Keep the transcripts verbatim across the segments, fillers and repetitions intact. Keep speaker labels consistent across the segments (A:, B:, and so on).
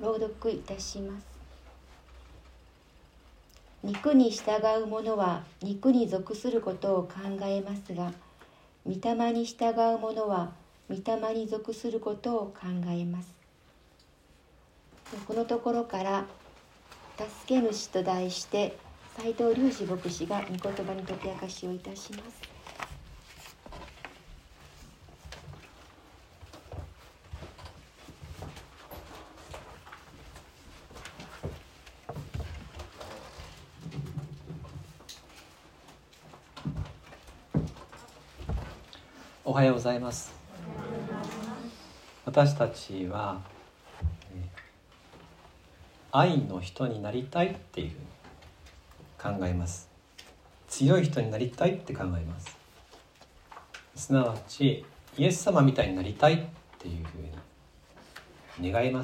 A: 朗読いたします。肉に従う者は肉に属することを考えますが、御霊に従う者は御霊に属することを考えます。このところから助け主と題して斉藤隆二牧師が御言葉に解き明かしをいたします。
B: おはようございます。私たちは愛の人になりたいっていうふうに考えます。強い人になりたいって考えます。すなわちイエス様みたいになりたいっていうふうに願います。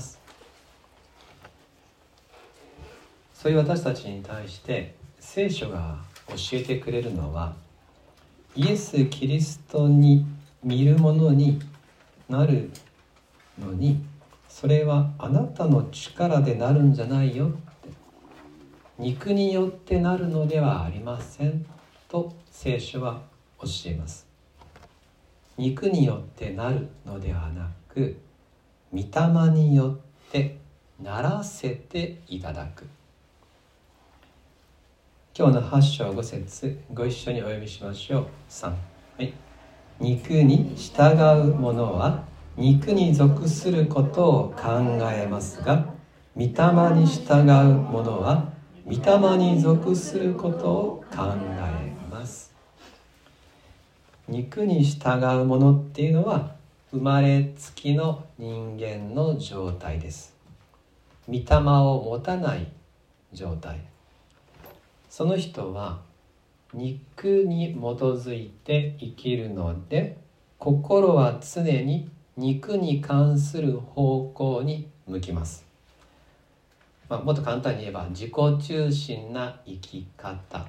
B: そういう私たちに対して聖書が教えてくれるのは、イエス・キリストに見るものになるのに、それはあなたの力でなるんじゃないよって、肉によってなるのではありませんと聖書は教えます。肉によってなるのではなく、御霊によってならせていただく。今日のはち章ご節、ご一緒にお読みしましょう。さん、はい、肉に従う者は肉に属することを考えますが、御霊に従う者は御霊に属することを考えます。肉に従う者っていうのは生まれつきの人間の状態です。御霊を持たない状態。その人は肉に基づいて生きるので、心は常に肉に関する方向に向きます。まあ、もっと簡単に言えば自己中心な生き方、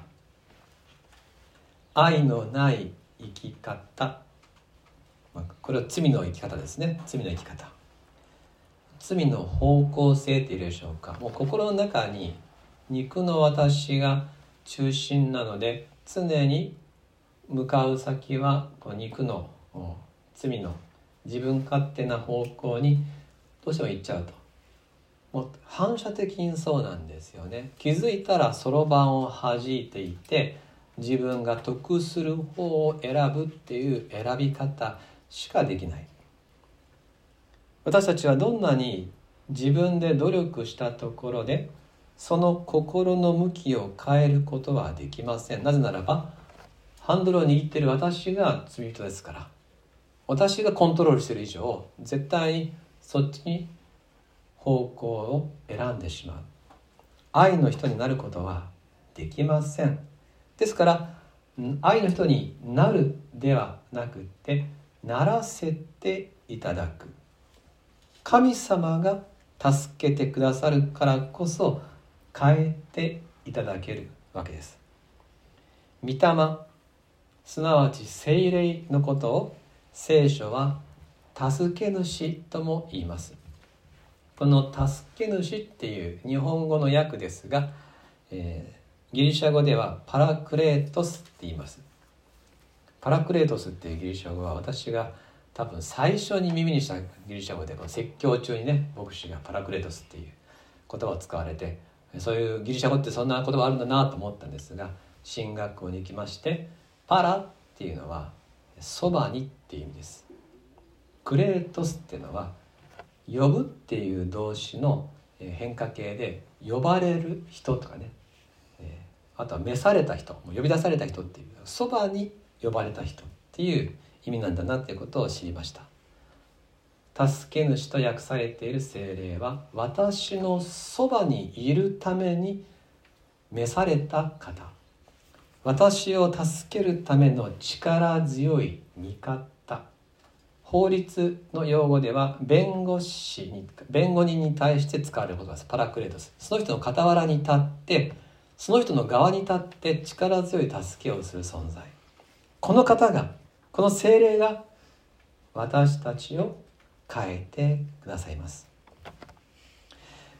B: 愛のない生き方、まあ、これは罪の生き方ですね。罪の生き方、罪の方向性っていうでしょうか。もう心の中に肉の私が中心なので、常に向かう先はこの肉の罪の自分勝手な方向にどうしても行っちゃうと。もう反射的にそうなんですよね。気づいたらそろばんを弾いていて、自分が得する方を選ぶっていう選び方しかできない。私たちはどんなに自分で努力したところで、その心の向きを変えることはできません。なぜならば、ハンドルを握っている私が罪人ですから。私がコントロールしている以上、絶対にそっちに方向を選んでしまう。愛の人になることはできません。ですから、愛の人になるではなくて、ならせていただく。神様が助けてくださるからこそ、変えていただけるわけです。御霊、すなわち聖霊のことを聖書は助け主とも言います。この助け主っていう日本語の訳ですが、えー、ギリシャ語ではパラクレートスって言います。パラクレートスっていうギリシャ語は、私が多分最初に耳にしたギリシャ語で、この説教中にね、牧師がパラクレートスっていう言葉を使われて、そういうギリシャ語ってそんな言葉あるんだなと思ったんですが、神学校に行きまして、パラっていうのはそばにっていう意味です。クレートスっていうのは呼ぶっていう動詞の変化形で、呼ばれる人とかね、あとは召された人、呼び出された人っていう、そばに呼ばれた人っていう意味なんだなっていうことを知りました。助け主と訳されている聖霊は、私のそばにいるために召された方、私を助けるための力強い味方。法律の用語では弁護士に弁護人に対して使われる言葉です。パラクレートス。その人の傍らに立って、その人の側に立って力強い助けをする存在。この方が、この聖霊が私たちを変えてくださいます。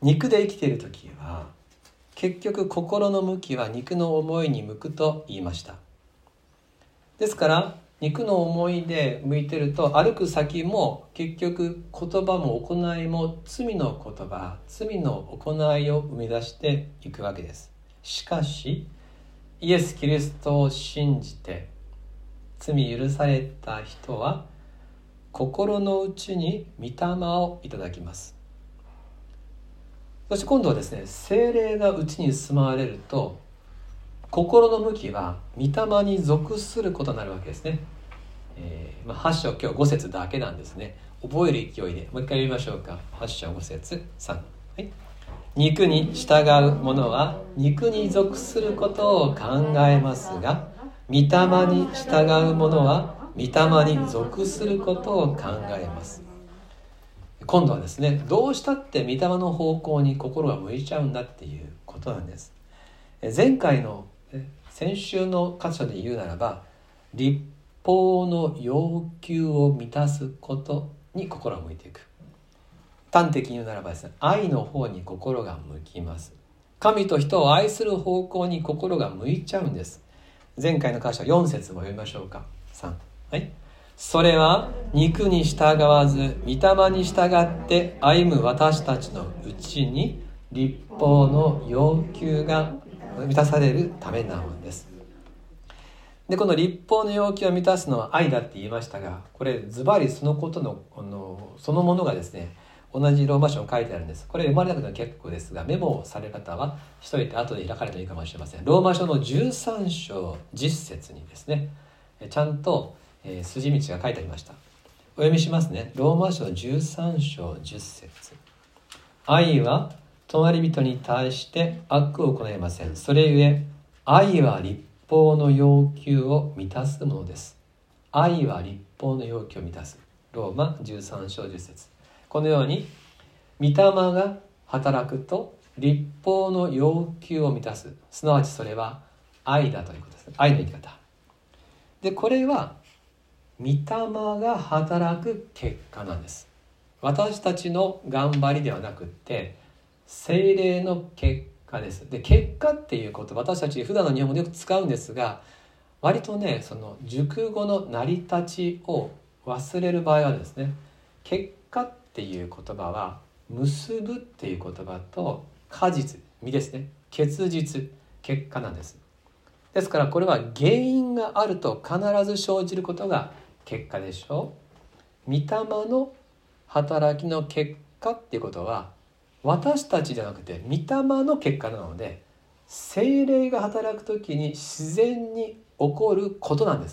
B: 肉で生きている時は結局心の向きは肉の思いに向くと言いました。ですから肉の思いで向いてると歩く先も結局言葉も行いも罪の言葉、罪の行いを生み出していくわけです。しかしイエス・キリストを信じて罪許された人は心の内に御霊をいただきます。そして今度はですね、聖霊が内に住まわれると心の向きは御霊に属することになるわけですね。えーまあ、はち章今日ご節だけなんですね。覚える勢いでもう一回読みましょうか。はち章ご節さん、はい、肉に従う者は肉に属することを考えますが、御霊に従う者は御霊に属することを考えます。今度はですね、どうしたって御霊の方向に心が向いちゃうんだっていうことなんです。前回の先週の箇所で言うならば、律法の要求を満たすことに心が向いていく。端的に言うならばですね、愛の方に心が向きます。神と人を愛する方向に心が向いちゃうんです。前回の箇所よん節も読みましょうか。さん、はい、それは肉に従わず御霊に従って歩む私たちのうちに律法の要求が満たされるためなのです。でこの律法の要求を満たすのは愛だって言いましたが、これズバリそのことの、あのそのものがですね、同じローマ書に書いてあるんです。これ読まれなくても結構ですが、メモをされる方はしといて後で開かれてもいいかもしれません。ローマ書のじゅうさん章じゅっ節にですね、ちゃんと、えー、筋道が書いてありました。お読みしますね。ローマ書じゅうさん章じゅっ節、愛は隣人に対して悪を行いません。それゆえ愛は律法の要求を満たすものです。愛は律法の要求を満たす。ローマじゅうさん章じゅっ節。このように御霊が働くと律法の要求を満たす、すなわちそれは愛だということです。愛の生き方で、これは御霊が働く結果なんです。私たちの頑張りではなくって聖霊の結果です。で、結果っていうこと、私たち普段の日本語でよく使うんですが、割とね、その熟語の成り立ちを忘れる場合はですね、結果っていう言葉は結ぶっていう言葉と果実、実ですね、結実、結果なんです。ですからこれは原因があると必ず生じることが結果でしょう。御霊の働きの結果っていうことは私たちじゃなくて御霊の結果なので、聖霊が働くときに自然に起こることなんです。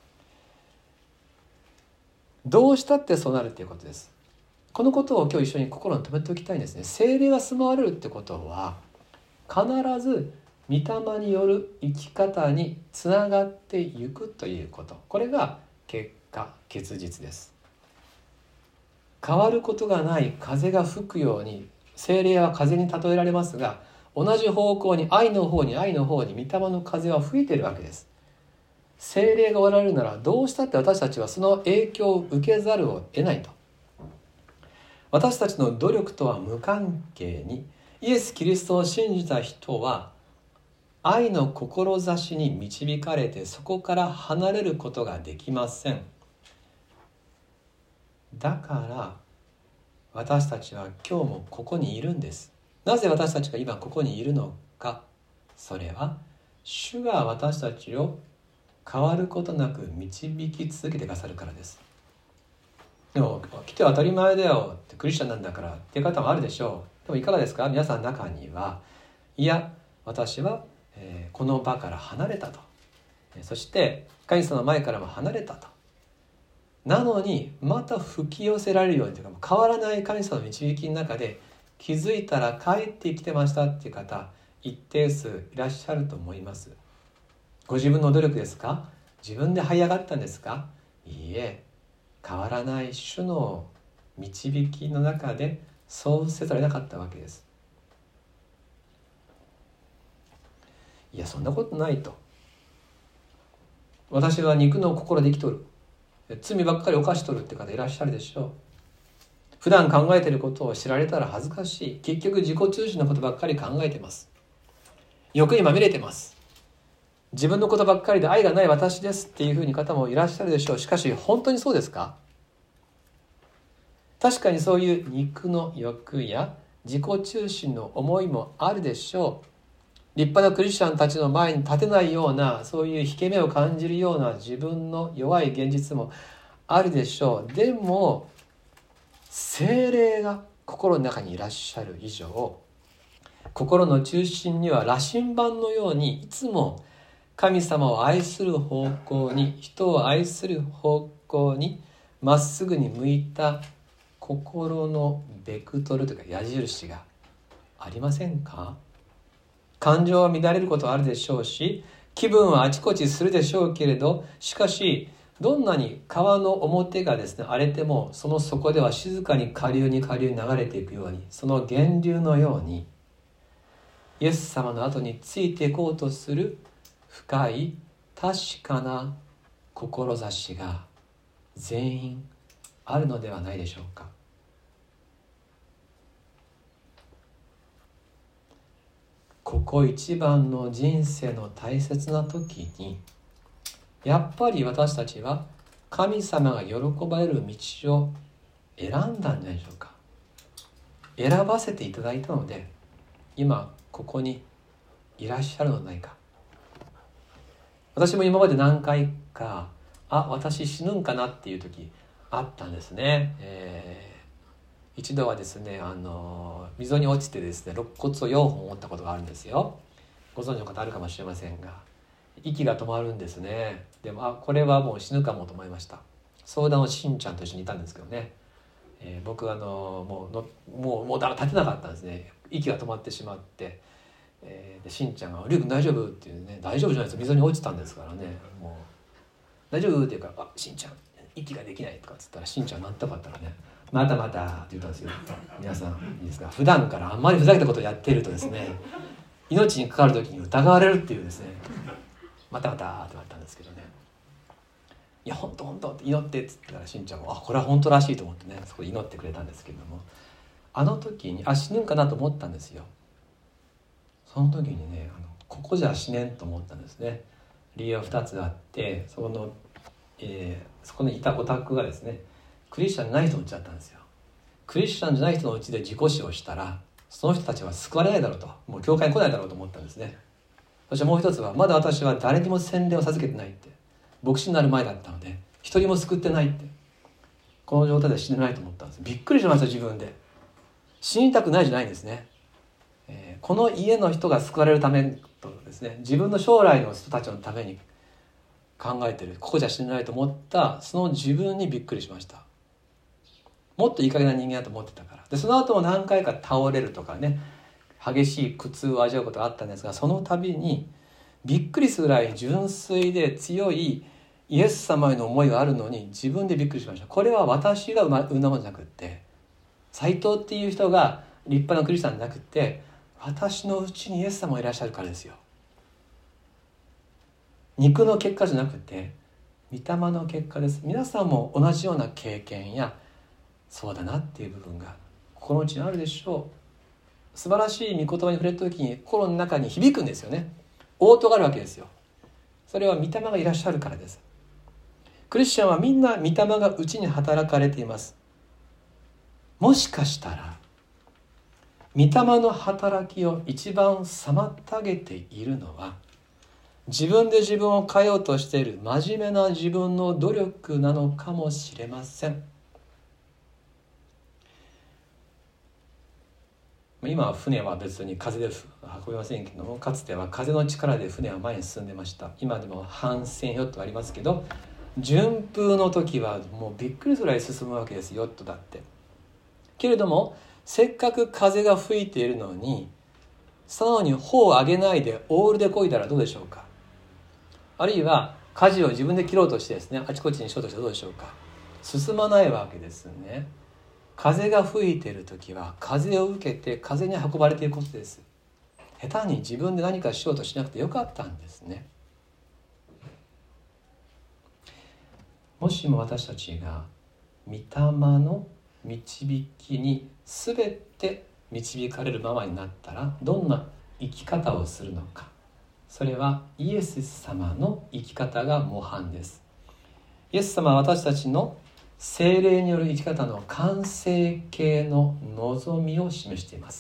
B: どうしたってそうなるっていうことです。このことを今日一緒に心に留めておきたいんですね。聖霊が住まわれるってことは必ず御霊による生き方につながっていくということ、これが結果、結実です。変わることがない風が吹くように、聖霊は風に例えられますが、同じ方向に愛の方に愛の方に御霊の風は吹いているわけです。聖霊がおられるならどうしたって私たちはその影響を受けざるを得ないと。私たちの努力とは無関係に、イエス・キリストを信じた人は愛の志に導かれてそこから離れることができません。だから私たちは今日もここにいるんです。なぜ私たちが今ここにいるのか。それは主が私たちを変わることなく導き続けてくださるからです。でも来て当たり前だよって、クリスチャンなんだからっていう方もあるでしょう。でもいかがですか。皆さんの中には、いや私は、えー、この場から離れたと、そして神様の前からも離れたと、なのにまた吹き寄せられるようにというか、変わらない神様の導きの中で気づいたら帰ってきてましたっていう方、一定数いらっしゃると思います。ご自分の努力ですか。自分で這い上がったんですか。いいえ、変わらない主の導きの中でそうせざるを得なかったわけです。いやそんなことないと。私は肉の心で生きとる、罪ばっかり犯しとるって方いらっしゃるでしょう。 普段考えていることを知られたら恥ずかしい。結局自己中心のことばっかり考えてます。欲にまみれてます。自分のことばっかりで愛がない私ですっていうふうに方もいらっしゃるでしょう。しかし本当にそうですか？確かにそういう肉の欲や自己中心の思いもあるでしょう。立派なクリスチャンたちの前に立てないような、そういう引け目を感じるような自分の弱い現実もあるでしょう。でも聖霊が心の中にいらっしゃる以上、心の中心には羅針盤のようにいつも神様を愛する方向に、人を愛する方向にまっすぐに向いた心のベクトルというか矢印がありませんか？感情は乱れることはあるでしょうし、気分はあちこちするでしょうけれど、しかしどんなに川の表がですね荒れても、その底では静かに下流に下流に流れていくように、その源流のようにイエス様の後についていこうとする深い確かな志が全員あるのではないでしょうか。ここ一番の人生の大切な時に、やっぱり私たちは神様が喜ばれる道を選んだんじゃないでしょうか。選ばせていただいたので今ここにいらっしゃるのではないか。私も今まで何回かあ私死ぬんかなっていう時あったんですね、えー一度はですね、あの溝に落ちてですね肋骨をよんほん折ったことがあるんですよ。ご存知の方あるかもしれませんが、息が止まるんですね。でもあこれはもう死ぬかもと思いました。相談をしんちゃんと一緒にいたんですけどね、えー、僕はあのもうのもうもうだ立てなかったんですね。息が止まってしまって、えー、でしんちゃんが「りゅうくん大丈夫?」っていうね、大丈夫じゃないですよ、溝に落ちたんですからね。もう大丈夫って言うから「あしんちゃん息ができない」とかっつったら、しんちゃんなったかったらね「またまた」って言ったんですよ。皆さんいいですか、普段からあんまりふざけたことをやっているとですね、命にかかる時に疑われるっていうですね、またまたってなったんですけどね、いや本当本当って祈ってっつったら、しんちゃんもあこれは本当らしいと思ってね、そこで祈ってくれたんですけれども、あの時にあ死ぬんかなと思ったんですよ。その時にね、あのここじゃ死ねんと思ったんですね。理由はふたつあって、そこの、えー、そこにいたお宅がですねクリスチャンじゃない人のうちだったんですよ。クリスチャンじゃない人のうちで自己死をしたら、その人たちは救われないだろうと、もう教会に来ないだろうと思ったんですね。そしてもう一つは、まだ私は誰にも洗礼を授けてないって、牧師になる前だったので一人も救ってないって、この状態で死ねないと思ったんです。びっくりしました。自分で死にたくないじゃないんですね、えー、この家の人が救われるためとですね、自分の将来の人たちのために考えてる、ここじゃ死ねないと思ったその自分にびっくりしました。もっといい加減な人間だと思ってたから。でその後も何回か倒れるとかね、激しい苦痛を味わうことがあったんですが、その度にびっくりするぐらい純粋で強いイエス様への思いがあるのに、自分でびっくりしました。これは私が生んだものじゃなくって、斉藤っていう人が立派なクリスチャンじゃなくて、私のうちにイエス様がいらっしゃるからですよ。肉の結果じゃなくて御霊の結果です。皆さんも同じような経験や、そうだなっていう部分が心の内にあるでしょう。素晴らしい御言葉に触れた時に心の中に響くんですよね。応答があるわけですよ。それは御霊がいらっしゃるからです。クリスチャンはみんな御霊が内に働かれています。もしかしたら御霊の働きを一番妨げているのは、自分で自分を変えようとしている真面目な自分の努力なのかもしれません。今は船は別に風で運べませんけども、かつては風の力で船は前に進んでました。今でも帆船ヨットがありますけど、順風の時はもうびっくりするぐらい進むわけです、ヨットだって。けれどもせっかく風が吹いているのに、素直に帆を上げないでオールで漕いだらどうでしょうか。あるいは舵を自分で切ろうとしてですね、あちこちにしようとしたらどうでしょうか。進まないわけですね。風が吹いている時は風を受けて風に運ばれていることです。下手に自分で何かしようとしなくてよかったんですね。もしも私たちが御霊の導きに全て導かれるままになったらどんな生き方をするのか、それはイエス様の生き方が模範です。イエス様は私たちの聖霊による生き方の完成形の望みを示しています。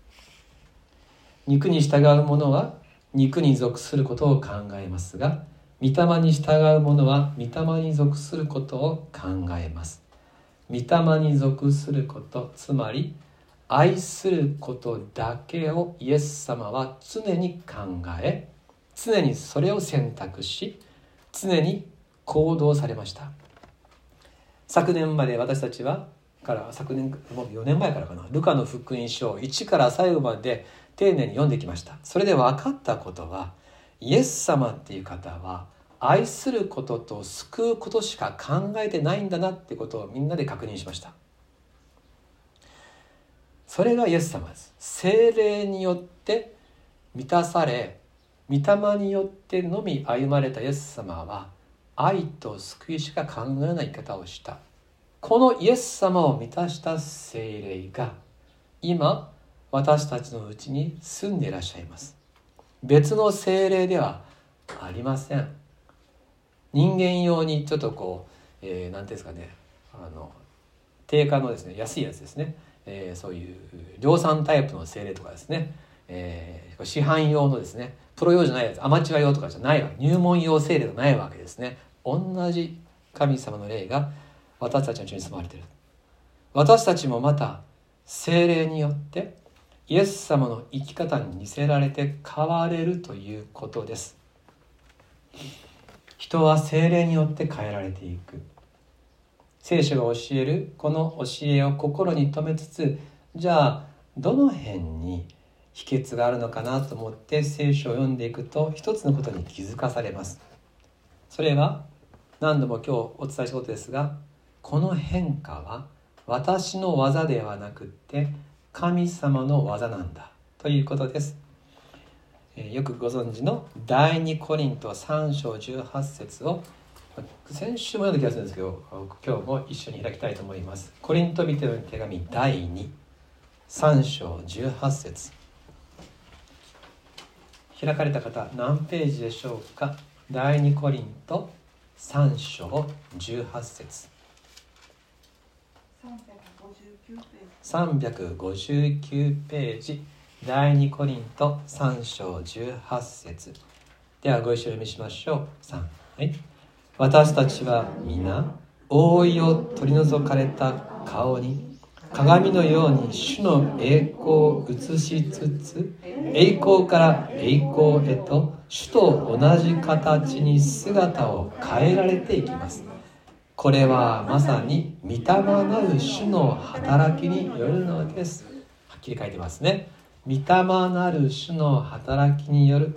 B: 肉に従う者は肉に属することを考えますが、御霊に従う者は御霊に属することを考えます。御霊に属すること、つまり愛することだけをイエス様は常に考え、常にそれを選択し、常に行動されました。昨年まで私たちはから昨年もうよねんまえからかな、ルカの福音書いちから最後まで丁寧に読んできました。それで分かったことは、イエス様っていう方は愛することと救うことしか考えてないんだなってことをみんなで確認しました。それがイエス様です。聖霊によって満たされ、御霊によってのみ歩まれたイエス様は愛と救いしか考えない生き方をした。このイエス様を満たした聖霊が今私たちのうちに住んでいらっしゃいます。別の聖霊ではありません。人間用にちょっとこう、えー、なんていうんですかね、あの定価のですね、安いやつですね、えー、そういう量産タイプの聖霊とかですね、えー、市販用のですね、プロ用じゃないやつ、アマチュア用とかじゃないわけ、入門用聖霊がないわけですね。同じ神様の霊が私たちのうちに住まわれている。私たちもまた聖霊によってイエス様の生き方に似せられて変われるということです。人は聖霊によって変えられていく。聖書が教えるこの教えを心に留めつつ、じゃあどの辺に秘訣があるのかなと思って聖書を読んでいくと、一つのことに気づかされます。それは何度も今日お伝えしたことですが、この変化は私の技ではなくって神様の技なんだということです。よくご存知の第二コリントさん章じゅうはち節を先週も読んだ気がするんですけど、今日も一緒に開きたいと思います。コリント人への手紙だいに、さん章じゅうはち節、開かれた方何ページでしょうか。第二コリントさん章じゅうはち節、さんびゃくごじゅうきゅうページ、第二コリントさん章じゅうはち節。ではご一緒に読みしましょう。さん、はい。私たちは皆覆いを取り除かれた顔に鏡のように主の栄光を映しつつ、栄光から栄光へと主と同じ形に姿を変えられていきます。これはまさに御霊なる主の働きによるのです。はっきり書いてますね。御霊なる主の働きによる。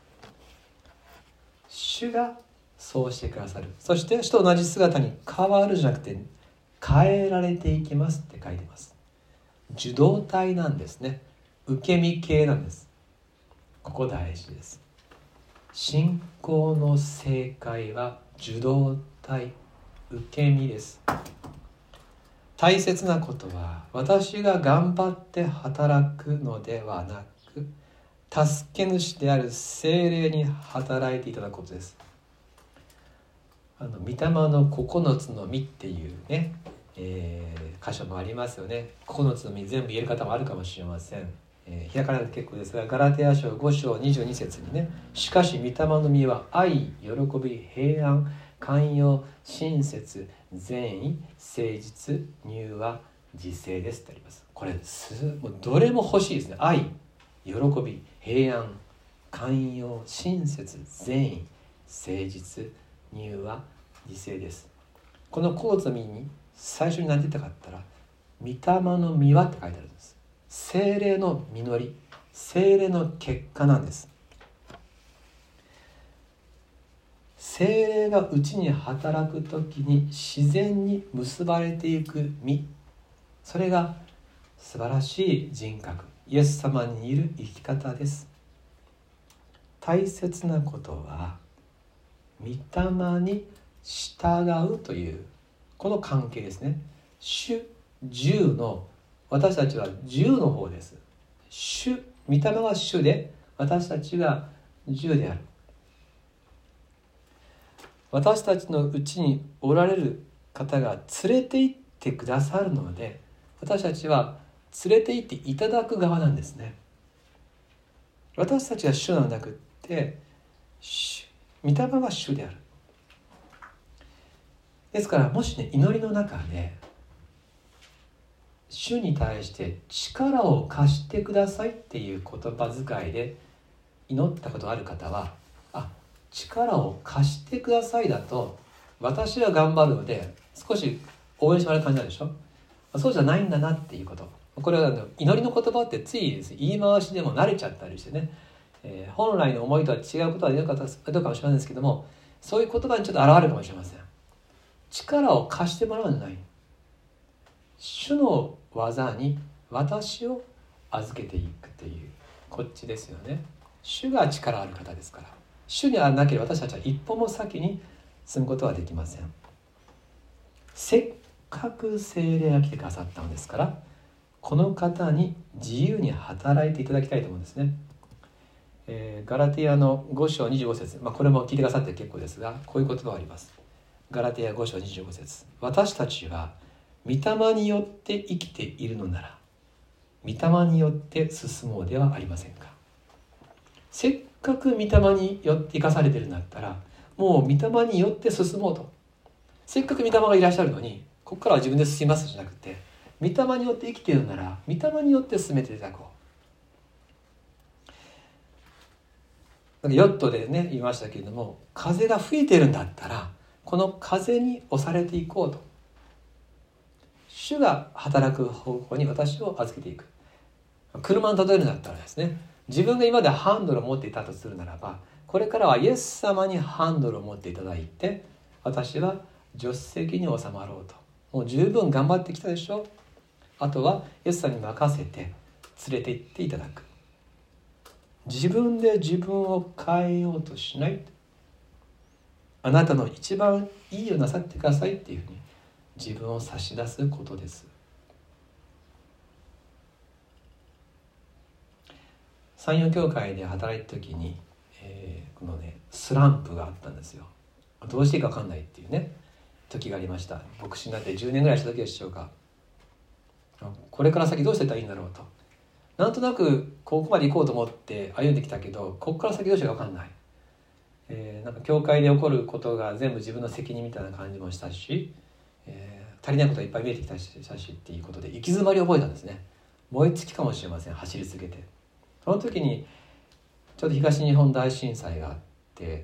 B: 主がそうしてくださる。そして主と同じ姿に変わるじゃなくて変えられていきますって書いてます。受動体なんですね。受け身系なんです。ここ大事です。信仰の正解は受動体、受け身です。大切なことは私が頑張って働くのではなく、助け主である聖霊に働いていただくことです。あの御霊のここのつの実っていうね、えー、箇所もありますよね。ここのつの実全部言える方もあるかもしれません。えー、開かれて結構ですが、ガラテヤ書ご章にじゅうに節にね、しかし御霊の実は愛、喜び、平安、寛容、親切、善意、誠実、柔和、自制ですってあります。これすもうどれも欲しいですね。愛、喜び、平安、寛容、親切、善意、誠実、柔和、自制です。このこうつの実に最初に何て言ったかって言ったら、御霊の実はって書いてあるんです。聖霊の実り、聖霊の結果なんです。聖霊がうちに働くときに自然に結ばれていく実、それが素晴らしい人格、イエス様にいる生き方です。大切なことは御霊に従うというこの関係ですね。主十の、私たちは十の方です。主、御霊は主で、私たちが十である。私たちのうちにおられる方が連れて行ってくださるので、私たちは連れて行っていただく側なんですね。私たちが主ではなくって、御霊が主である。ですから、もしね、祈りの中で主に対して力を貸してくださいっていう言葉遣いで祈ったことある方は、あ、力を貸してくださいだと私は頑張るので少し応援してもらう感じなんでしょ。そうじゃないんだなっていうこと。これは祈りの言葉ってつい言い回しでも慣れちゃったりしてね、えー、本来の思いとは違うことは言うかどうかもしれないんですけども、そういう言葉にちょっと現れるかもしれません。力を貸してもらうんじゃない。主の技に私を預けていくという、こっちですよね。主が力ある方ですから、主にあらなければ私たちは一歩も先に進むことはできません。せっかく聖霊が来てくださったのですから、この方に自由に働いていただきたいと思うんですね。えー、ガラティアのご章にじゅうご節、まあ、これも聞いてくださって結構ですが、こういう言葉があります。ガラティアご章にじゅうご節、私たちは御霊によって生きているのなら、御霊によって進もうではありませんか。せっかく御霊によって生かされてるんだったら、もう御霊によって進もうと。せっかく御霊がいらっしゃるのに、ここからは自分で進みますじゃなくて、御霊によって生きているなら御霊によって進めていただこう。なんかヨットでね言いましたけれども、風が吹いているんだったらこの風に押されていこうと。主が働く方向に私を預けていく。車に例えるんだったらですね、自分が今までハンドルを持っていたとするならば、これからはイエス様にハンドルを持っていただいて、私は助手席に収まろうと。もう十分頑張ってきたでしょ。あとはイエス様に任せて連れて行っていただく。自分で自分を変えようとしない。あなたの一番いいをなさってくださいっていうふうに自分を差し出すことです。山陽教会で働いた時に、えー、このねスランプがあったんですよ。どうしていいか分かんないっていうね時がありました。牧師になってじゅうねんぐらいした時でしょうか。これから先どうしていったらいいんだろうと、なんとなくここまで行こうと思って歩んできたけど、ここから先どうしていいか分かんない、えー、なんか教会で起こることが全部自分の責任みたいな感じもしたし、えー、足りないことがいっぱい見えてきたしっていうことで行き詰まりを覚えたんですね。燃え尽きかもしれません。走り続けて、その時にちょうど東日本大震災があって、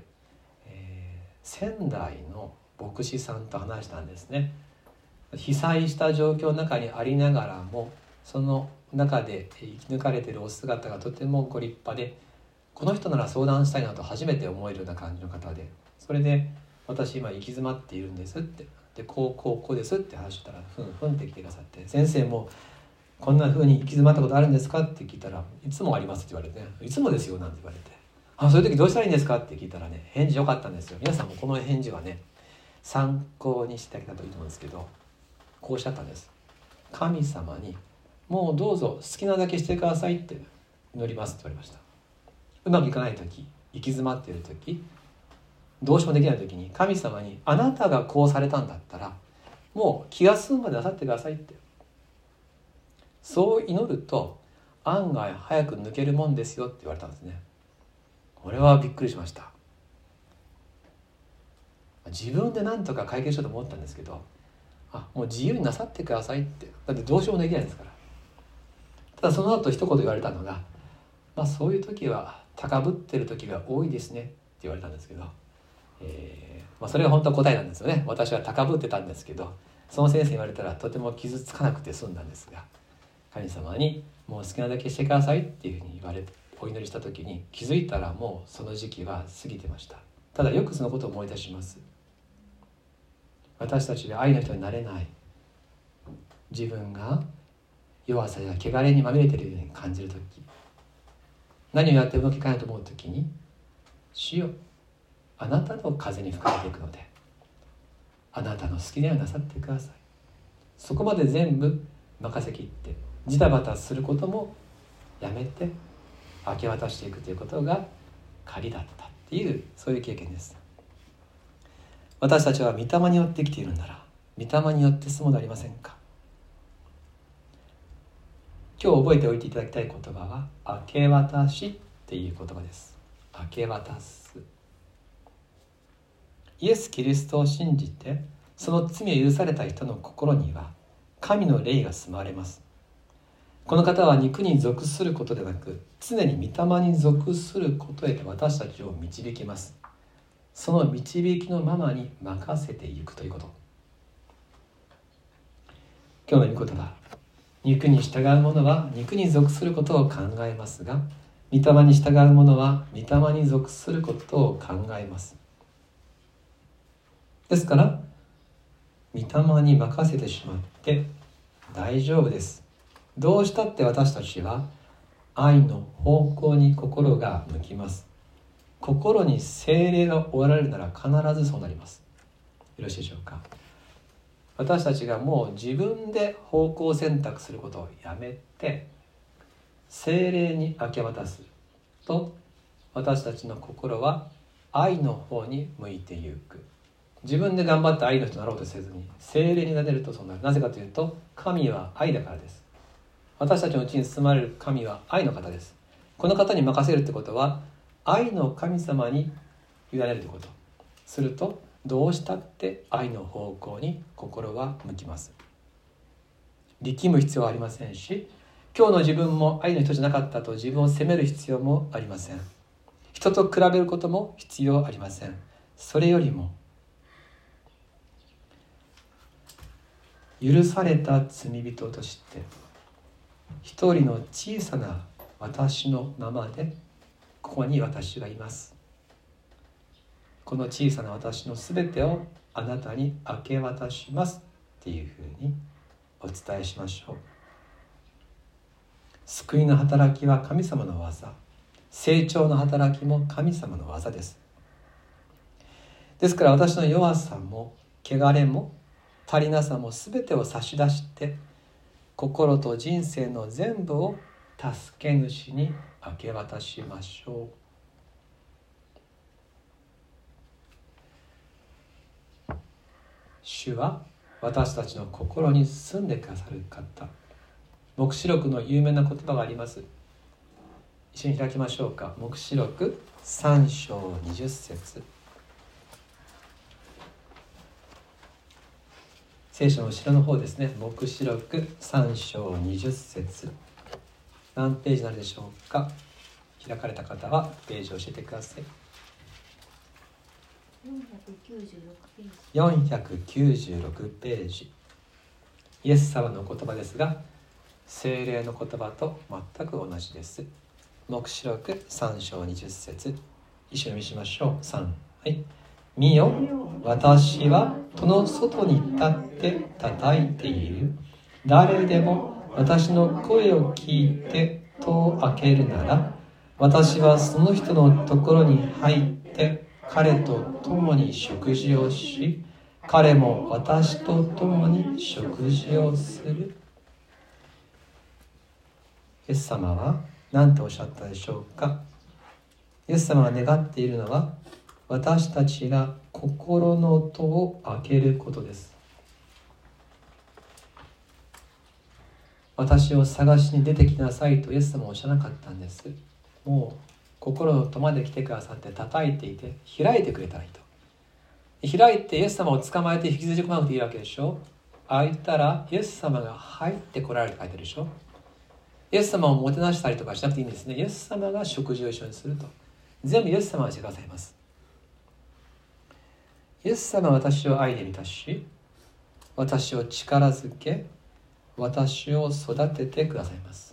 B: えー、仙台の牧師さんと話したんですね。被災した状況の中にありながらも、その中で生き抜かれているお姿がとてもご立派で、この人なら相談したいなと初めて思えるような感じの方で、それで私今行き詰まっているんですって、でこうこうこうですって話したらふんふんって来てくださって、先生もこんな風に行き詰まったことあるんですかって聞いたら、いつもありますって言われて、いつもですよなんて言われて、あ、そういう時どうしたらいいんですかって聞いたらね、返事良かったんですよ。皆さんもこの返事はね参考にしていただけたらいいと思うんですけど、こうおっしゃったんです。神様にもうどうぞ好きなだけしてくださいって祈りますって言われました。うまくいかない時、行き詰まっている時、どうしようもできない時に神様に、あなたがこうされたんだったらもう気が済むまでなさってくださいって、そう祈ると案外早く抜けるもんですよって言われたんですね。これはびっくりしました。自分で何とか解決しようと思ったんですけど、あ、もう自由になさってくださいって。だってどうしようもできないですから。ただその後一言言われたのが、まあそういう時は高ぶってる時が多いですねって言われたんですけど、えーまあ、それが本当は答えなんですよね。私は高ぶってたんですけど、その先生に言われたらとても傷つかなくて済んだんですが、神様にもう好きなだけしてくださいっていうふうに言われお祈りした時に気づいたらもうその時期は過ぎてました。ただよくそのことを思い出します。私たちが愛の人になれない、自分が弱さや汚れにまみれているように感じるとき、何をやってうまくいかないと思うときに、主よ、あなたの風に吹かれていくので、あなたの好きなようになさってください。 そこまで全部任せきってジタバタすることもやめて明け渡していくということが鍵だったっていう、そういう経験です。私たちは御霊によって生きているなら御霊によって住むのでありませんか。今日覚えておいていただきたい言葉は明け渡しっていう言葉です。明け渡す。イエス・キリストを信じてその罪を許された人の心には神の霊が住まわれます。この方は肉に属することでなく常に御霊に属することへと私たちを導きます。その導きのままに任せていくということ。今日の御言葉、肉に従う者は肉に属することを考えますが、御霊に従う者は御霊に属することを考えます。ですから御霊に任せてしまって大丈夫です。どうしたって私たちは愛の方向に心が向きます。心に聖霊がおられるなら必ずそうなります。よろしいでしょうか。私たちがもう自分で方向選択することをやめて聖霊に明け渡すと、私たちの心は愛の方に向いてゆく。自分で頑張って愛の人になろうとせずに聖霊になれるとそうなる。なぜかというと神は愛だからです。私たちのうちに住まれる神は愛の方です。この方に任せるってことは愛の神様に委ねるということ。するとどうしたって愛の方向に心は向きます。力む必要はありませんし、今日の自分も愛の人じゃなかったと自分を責める必要もありません。人と比べることも必要ありません。それよりも許された罪人として一人の小さな私のままでここに私がいます。この小さな私のすべてをあなたに明け渡しますっていうふうにお伝えしましょう。救いの働きは神様の技、成長の働きも神様の技です。ですから私の弱さも汚れも足りなさもすべてを差し出して心と人生の全部を助け主に明け渡しましょう。主は私たちの心に住んでくださる方。黙示録の有名な言葉があります。一緒に開きましょうか。黙示録さん章にじゅっ節。聖書の後ろの方ですね。黙示録さん章にじゅっ節。何ページになるでしょうか。開かれた方はページを教えてください。
A: よんひゃくきゅうじゅうろくページ。
B: よんひゃくきゅうじゅうろくページ。イエス様の言葉ですが、聖霊の言葉と全く同じです。黙示録さん章にじゅっ節。一緒に見しましょう。さん、はい。見よ、私は戸の外に立って叩いている。誰でも私の声を聞いて戸を開けるなら、私はその人のところに入って彼と共に食事をし、彼も私と共に食事をする。イエス様は何とおっしゃったでしょうか。イエス様が願っているのは、私たちが心の戸を開けることです。私を探しに出てきなさいとイエス様はおっしゃらなかったんです。もう心の戸まで来てくださって叩いていて開いてくれたらいいと。開いてイエス様を捕まえて引きずり込まなくていいわけでしょ。開いたらイエス様が入ってこられると書いてあるでしょ。イエス様をもてなしたりとかしなくていいんですね。イエス様が食事を一緒にすると。全部イエス様がしてくださいます。イエス様は私を愛で満たし、私を力づけ、私を育ててくださいます。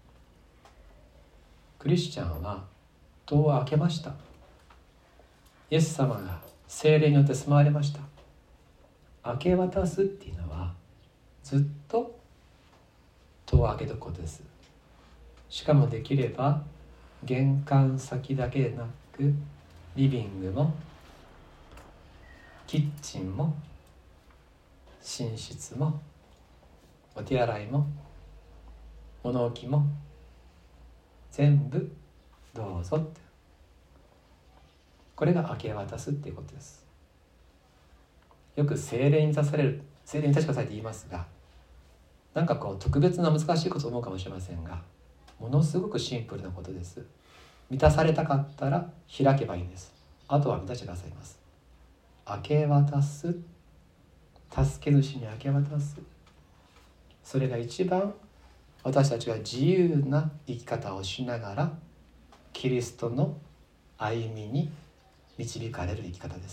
B: クリスチャンは戸を開けました。イエス様が聖霊によって住まわれました。開け渡すっていうのはずっと戸を開けておくことです。しかもできれば玄関先だけでなくリビングもキッチンも寝室もお手洗いも物置も全部どうぞって、これが明け渡すっていうことです。よく聖霊に満たされる、聖霊に満たしてくださいって言いますが、なんかこう特別な難しいことを思うかもしれませんが、ものすごくシンプルなことです。満たされたかったら開けばいいんです。あとは満たしてくださいます。明け渡す、助け主に明け渡す、それが一番私たちが自由な生き方をしながらキリストの歩みに導かれる生き方です。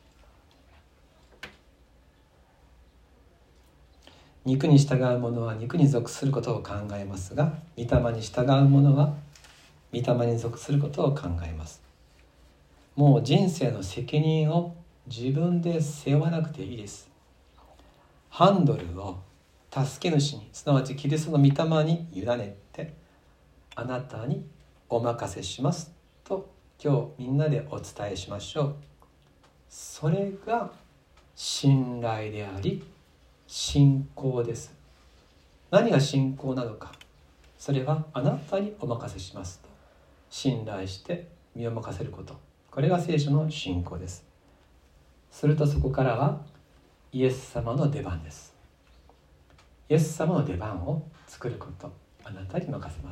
B: 肉に従う者は肉に属することを考えますが、御霊に従う者は御霊に属することを考えます。もう人生の責任を自分で背負わなくていいです。ハンドルを助け主に、すなわちキリストの御霊に委ねて、あなたにお任せしますと今日みんなでお伝えしましょう。それが信頼であり信仰です。何が信仰なのか、それはあなたにお任せしますと信頼して身を任せること、これが聖書の信仰です。するとそこからはイエス様の出番です。イエス様の出番を作ること、あなたに任せます。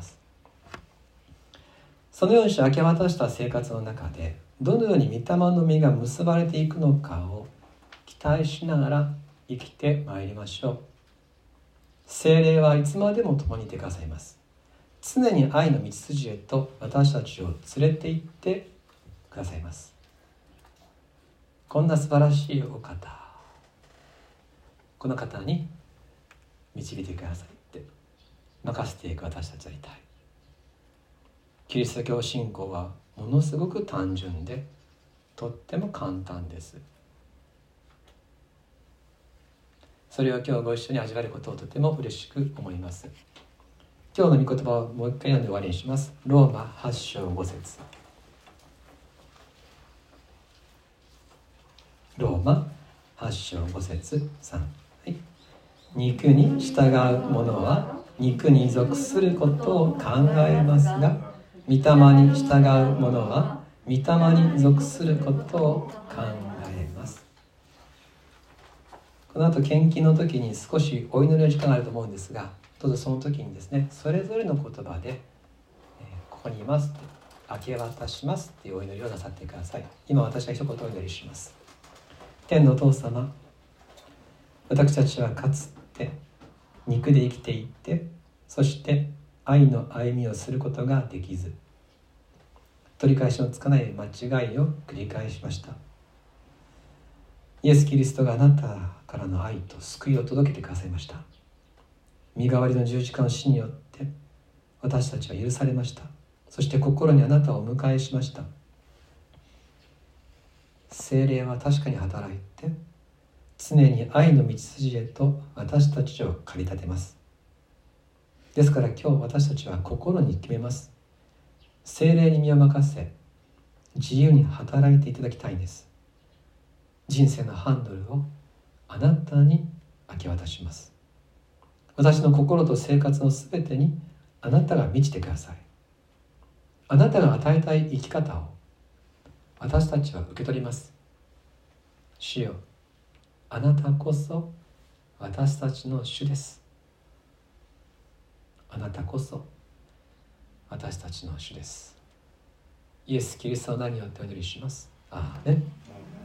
B: そのようにして明け渡した生活の中でどのように御霊の実が結ばれていくのかを期待しながら生きてまいりましょう。聖霊はいつまでも共にいてくださいます。常に愛の道筋へと私たちを連れて行ってくださいます。こんな素晴らしいお方、この方に導いてくださいって任せていく私たちでありたい。キリスト教信仰はものすごく単純でとっても簡単です。それを今日ご一緒に味わえることをとても嬉しく思います。今日の御言葉をもう一回読んで終わりにします。ローマはち章ご節。ローマはち章ご節さん、はい、肉に従う者は肉に属することを考えますが、御霊に従う者は御霊に属することを考えます。この後献金の時に少しお祈りの時間があると思うんですが、どうぞその時にですね、それぞれの言葉で、えー、ここにいますって、明け渡しますっていうお祈りをなさってください。今私が一言お祈りします。天のお父様、私たちはかつて肉で生きていって、そして愛の歩みをすることができず、取り返しのつかない間違いを繰り返しました。イエス・キリストがあなたからの愛と救いを届けてくださいました。身代わりの十字架の死によって私たちは許されました。そして心にあなたをお迎えしました。聖霊は確かに働いて、常に愛の道筋へと私たちを駆り立てます。ですから今日私たちは心に決めます。聖霊に身を任せ、自由に働いていただきたいんです。人生のハンドルをあなたに明け渡します。私の心と生活のすべてにあなたが満ちてください。あなたが与えたい生き方を私たちは受け取ります。主よ、あなたこそ私たちの主です。あなたこそ私たちの主です。イエス・キリストの名によってお祈りします。アーメン。